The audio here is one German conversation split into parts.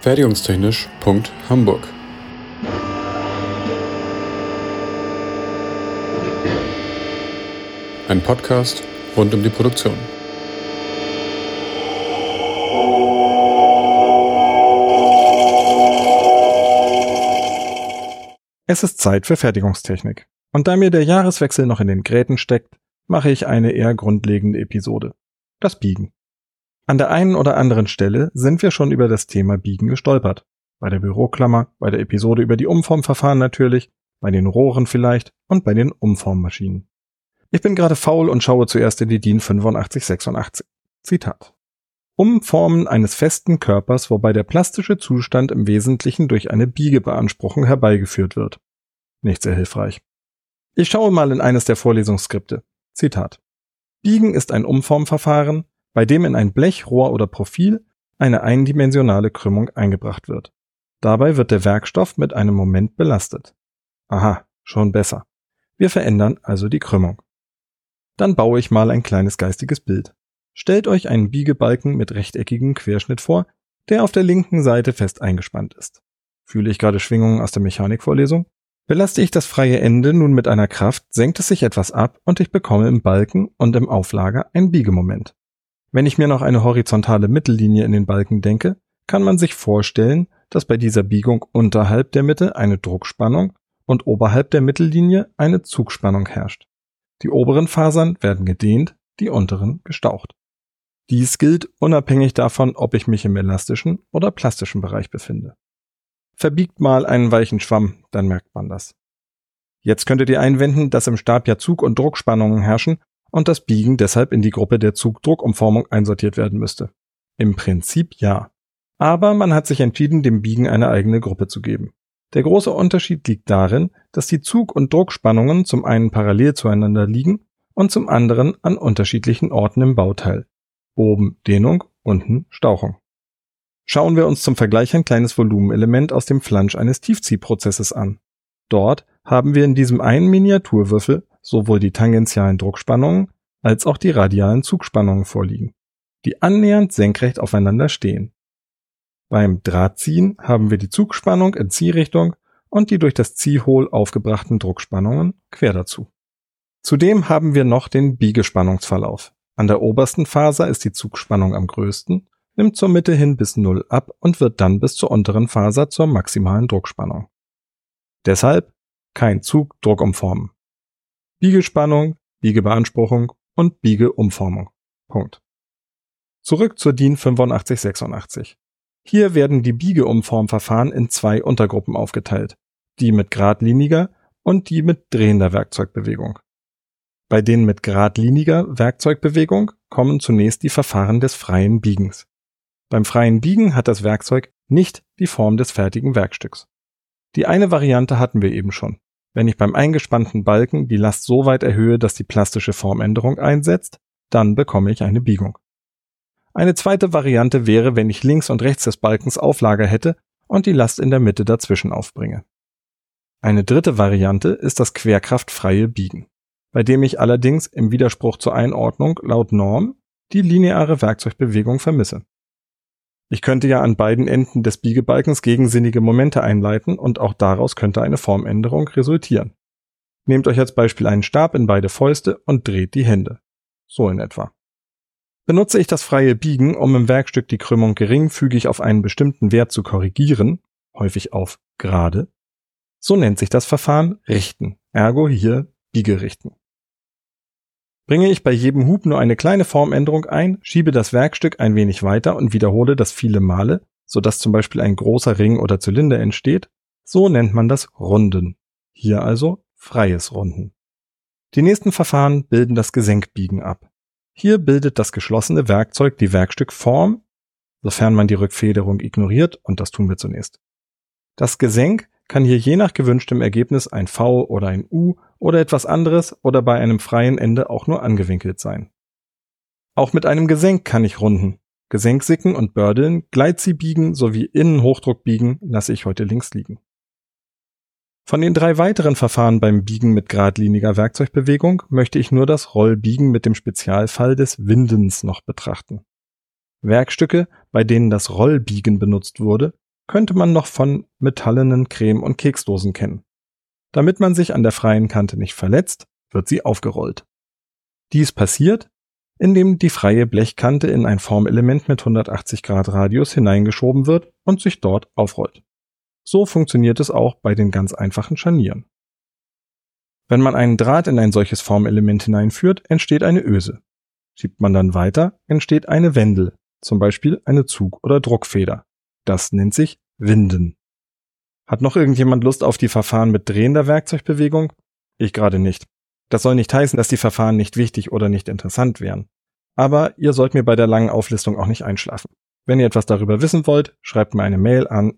Fertigungstechnisch.Hamburg. Ein Podcast rund um die Produktion. Es ist Zeit für Fertigungstechnik. Und da mir der Jahreswechsel noch in den Gräten steckt, mache ich eine eher grundlegende Episode. Das Biegen. An der einen oder anderen Stelle sind wir schon über das Thema Biegen gestolpert. Bei der Büroklammer, bei der Episode über die Umformverfahren natürlich, bei den Rohren vielleicht und bei den Umformmaschinen. Ich bin gerade faul und schaue zuerst in die DIN 8586. Zitat. Umformen eines festen Körpers, wobei der plastische Zustand im Wesentlichen durch eine Biegebeanspruchung herbeigeführt wird. Nicht sehr hilfreich. Ich schaue mal in eines der Vorlesungsskripte. Zitat. Biegen ist ein Umformverfahren, bei dem in ein Blech, Rohr oder Profil eine eindimensionale Krümmung eingebracht wird. Dabei wird der Werkstoff mit einem Moment belastet. Aha, schon besser. Wir verändern also die Krümmung. Dann baue ich mal ein kleines geistiges Bild. Stellt euch einen Biegebalken mit rechteckigem Querschnitt vor, der auf der linken Seite fest eingespannt ist. Fühle ich gerade Schwingungen aus der Mechanikvorlesung? Belaste ich das freie Ende nun mit einer Kraft, senkt es sich etwas ab und ich bekomme im Balken und im Auflager ein Biegemoment. Wenn ich mir noch eine horizontale Mittellinie in den Balken denke, kann man sich vorstellen, dass bei dieser Biegung unterhalb der Mitte eine Druckspannung und oberhalb der Mittellinie eine Zugspannung herrscht. Die oberen Fasern werden gedehnt, die unteren gestaucht. Dies gilt unabhängig davon, ob ich mich im elastischen oder plastischen Bereich befinde. Verbiegt mal einen weichen Schwamm, dann merkt man das. Jetzt könntet ihr einwenden, dass im Stab ja Zug- und Druckspannungen herrschen und das Biegen deshalb in die Gruppe der Zug-Druck-Umformung einsortiert werden müsste. Im Prinzip ja. Aber man hat sich entschieden, dem Biegen eine eigene Gruppe zu geben. Der große Unterschied liegt darin, dass die Zug- und Druckspannungen zum einen parallel zueinander liegen und zum anderen an unterschiedlichen Orten im Bauteil. Oben Dehnung, unten Stauchung. Schauen wir uns zum Vergleich ein kleines Volumenelement aus dem Flansch eines Tiefziehprozesses an. Dort haben wir in diesem einen Miniaturwürfel sowohl die tangentialen Druckspannungen als auch die radialen Zugspannungen vorliegen, die annähernd senkrecht aufeinander stehen. Beim Drahtziehen haben wir die Zugspannung in Ziehrichtung und die durch das Ziehhohl aufgebrachten Druckspannungen quer dazu. Zudem haben wir noch den Biegespannungsverlauf. An der obersten Faser ist die Zugspannung am größten, nimmt zur Mitte hin bis 0 ab und wird dann bis zur unteren Faser zur maximalen Druckspannung. Deshalb kein Zug-Druck-Umformen. Biegespannung, Biegebeanspruchung und Biegeumformung. Punkt. Zurück zur DIN 8586. Hier werden die Biegeumformverfahren in 2 Untergruppen aufgeteilt, die mit geradliniger und die mit drehender Werkzeugbewegung. Bei denen mit geradliniger Werkzeugbewegung kommen zunächst die Verfahren des freien Biegens. Beim freien Biegen hat das Werkzeug nicht die Form des fertigen Werkstücks. Die eine Variante hatten wir eben schon. Wenn ich beim eingespannten Balken die Last so weit erhöhe, dass die plastische Formänderung einsetzt, dann bekomme ich eine Biegung. Eine zweite Variante wäre, wenn ich links und rechts des Balkens Auflager hätte und die Last in der Mitte dazwischen aufbringe. Eine dritte Variante ist das querkraftfreie Biegen, bei dem ich allerdings im Widerspruch zur Einordnung laut Norm die lineare Werkzeugbewegung vermisse. Ich könnte ja an beiden Enden des Biegebalkens gegensinnige Momente einleiten und auch daraus könnte eine Formänderung resultieren. Nehmt euch als Beispiel einen Stab in beide Fäuste und dreht die Hände. So in etwa. Benutze ich das freie Biegen, um im Werkstück die Krümmung geringfügig auf einen bestimmten Wert zu korrigieren, häufig auf gerade, so nennt sich das Verfahren Richten, ergo hier Biegerichten. Bringe ich bei jedem Hub nur eine kleine Formänderung ein, schiebe das Werkstück ein wenig weiter und wiederhole das viele Male, sodass zum Beispiel ein großer Ring oder Zylinder entsteht, so nennt man das Runden. Hier also freies Runden. Die nächsten Verfahren bilden das Gesenkbiegen ab. Hier bildet das geschlossene Werkzeug die Werkstückform, sofern man die Rückfederung ignoriert, und das tun wir zunächst. Das Gesenk kann hier je nach gewünschtem Ergebnis ein V oder ein U oder etwas anderes oder bei einem freien Ende auch nur angewinkelt sein. Auch mit einem Gesenk kann ich runden. Gesenksicken und Bördeln, Gleitziehbiegen sowie Innenhochdruckbiegen lasse ich heute links liegen. Von den 3 weiteren Verfahren beim Biegen mit geradliniger Werkzeugbewegung möchte ich nur das Rollbiegen mit dem Spezialfall des Windens noch betrachten. Werkstücke, bei denen das Rollbiegen benutzt wurde, könnte man noch von metallenen Creme- und Keksdosen kennen. Damit man sich an der freien Kante nicht verletzt, wird sie aufgerollt. Dies passiert, indem die freie Blechkante in ein Formelement mit 180 Grad Radius hineingeschoben wird und sich dort aufrollt. So funktioniert es auch bei den ganz einfachen Scharnieren. Wenn man einen Draht in ein solches Formelement hineinführt, entsteht eine Öse. Schiebt man dann weiter, entsteht eine Wendel, zum Beispiel eine Zug- oder Druckfeder. Das nennt sich Winden. Hat noch irgendjemand Lust auf die Verfahren mit drehender Werkzeugbewegung? Ich gerade nicht. Das soll nicht heißen, dass die Verfahren nicht wichtig oder nicht interessant wären. Aber ihr sollt mir bei der langen Auflistung auch nicht einschlafen. Wenn ihr etwas darüber wissen wollt, schreibt mir eine Mail an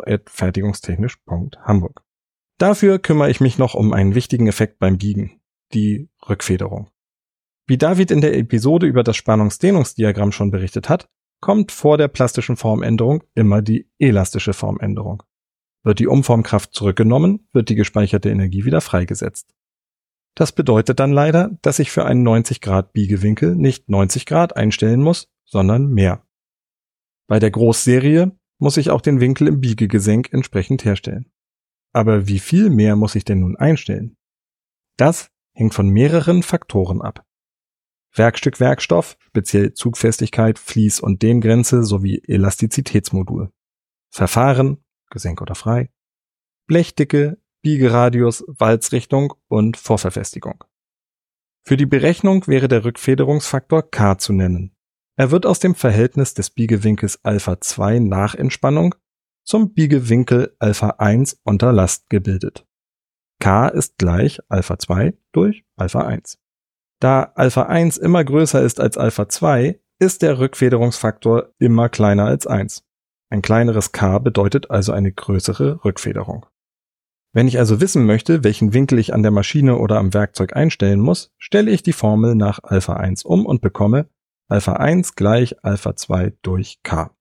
info@fertigungstechnisch.hamburg. Dafür kümmere ich mich noch um einen wichtigen Effekt beim Biegen, die Rückfederung. Wie David in der Episode über das Spannungsdehnungsdiagramm schon berichtet hat, kommt vor der plastischen Formänderung immer die elastische Formänderung. Wird die Umformkraft zurückgenommen, wird die gespeicherte Energie wieder freigesetzt. Das bedeutet dann leider, dass ich für einen 90 Grad Biegewinkel nicht 90 Grad einstellen muss, sondern mehr. Bei der Großserie muss ich auch den Winkel im Biegegesenk entsprechend herstellen. Aber wie viel mehr muss ich denn nun einstellen? Das hängt von mehreren Faktoren ab. Werkstück Werkstoff, speziell Zugfestigkeit, Fließ- und Dehngrenze sowie Elastizitätsmodul. Verfahren, Gesenk oder frei, Blechdicke, Biegeradius, Walzrichtung und Vorverfestigung. Für die Berechnung wäre der Rückfederungsfaktor K zu nennen. Er wird aus dem Verhältnis des Biegewinkels α2 nach Entspannung zum Biegewinkel α1 unter Last gebildet. K ist gleich α2 durch α1. Da α1 immer größer ist als α2, ist der Rückfederungsfaktor immer kleiner als 1. Ein kleineres K bedeutet also eine größere Rückfederung. Wenn ich also wissen möchte, welchen Winkel ich an der Maschine oder am Werkzeug einstellen muss, stelle ich die Formel nach α1 um und bekomme α1 gleich α2 durch K.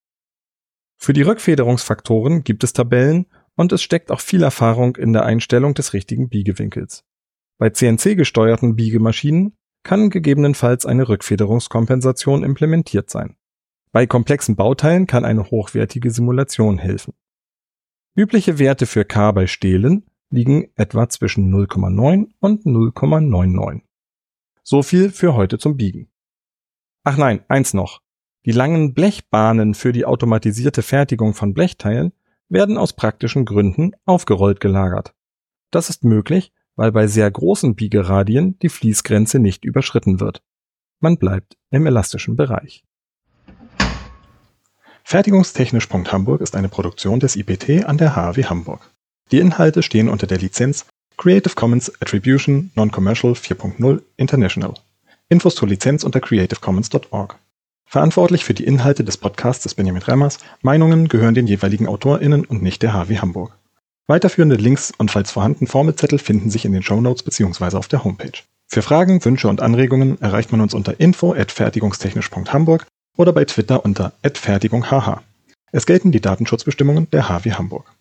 Für die Rückfederungsfaktoren gibt es Tabellen und es steckt auch viel Erfahrung in der Einstellung des richtigen Biegewinkels. Bei CNC-gesteuerten Biegemaschinen kann gegebenenfalls eine Rückfederungskompensation implementiert sein. Bei komplexen Bauteilen kann eine hochwertige Simulation helfen. Übliche Werte für K bei Stehlen liegen etwa zwischen 0,9 und 0,99. So viel für heute zum Biegen. Ach nein, eins noch. Die langen Blechbahnen für die automatisierte Fertigung von Blechteilen werden aus praktischen Gründen aufgerollt gelagert. Das ist möglich, weil bei sehr großen Biegeradien die Fließgrenze nicht überschritten wird. Man bleibt im elastischen Bereich. Fertigungstechnisch.hamburg ist eine Produktion des IPT an der HAW Hamburg. Die Inhalte stehen unter der Lizenz Creative Commons Attribution Non-Commercial 4.0 International. Infos zur Lizenz unter creativecommons.org. Verantwortlich für die Inhalte des Podcasts ist Benjamin Remmers. Meinungen gehören den jeweiligen AutorInnen und nicht der HAW Hamburg. Weiterführende Links und falls vorhanden Formelzettel finden sich in den Shownotes bzw. auf der Homepage. Für Fragen, Wünsche und Anregungen erreicht man uns unter info@fertigungstechnisch.hamburg oder bei Twitter unter @fertigunghh. Es gelten die Datenschutzbestimmungen der HAW Hamburg.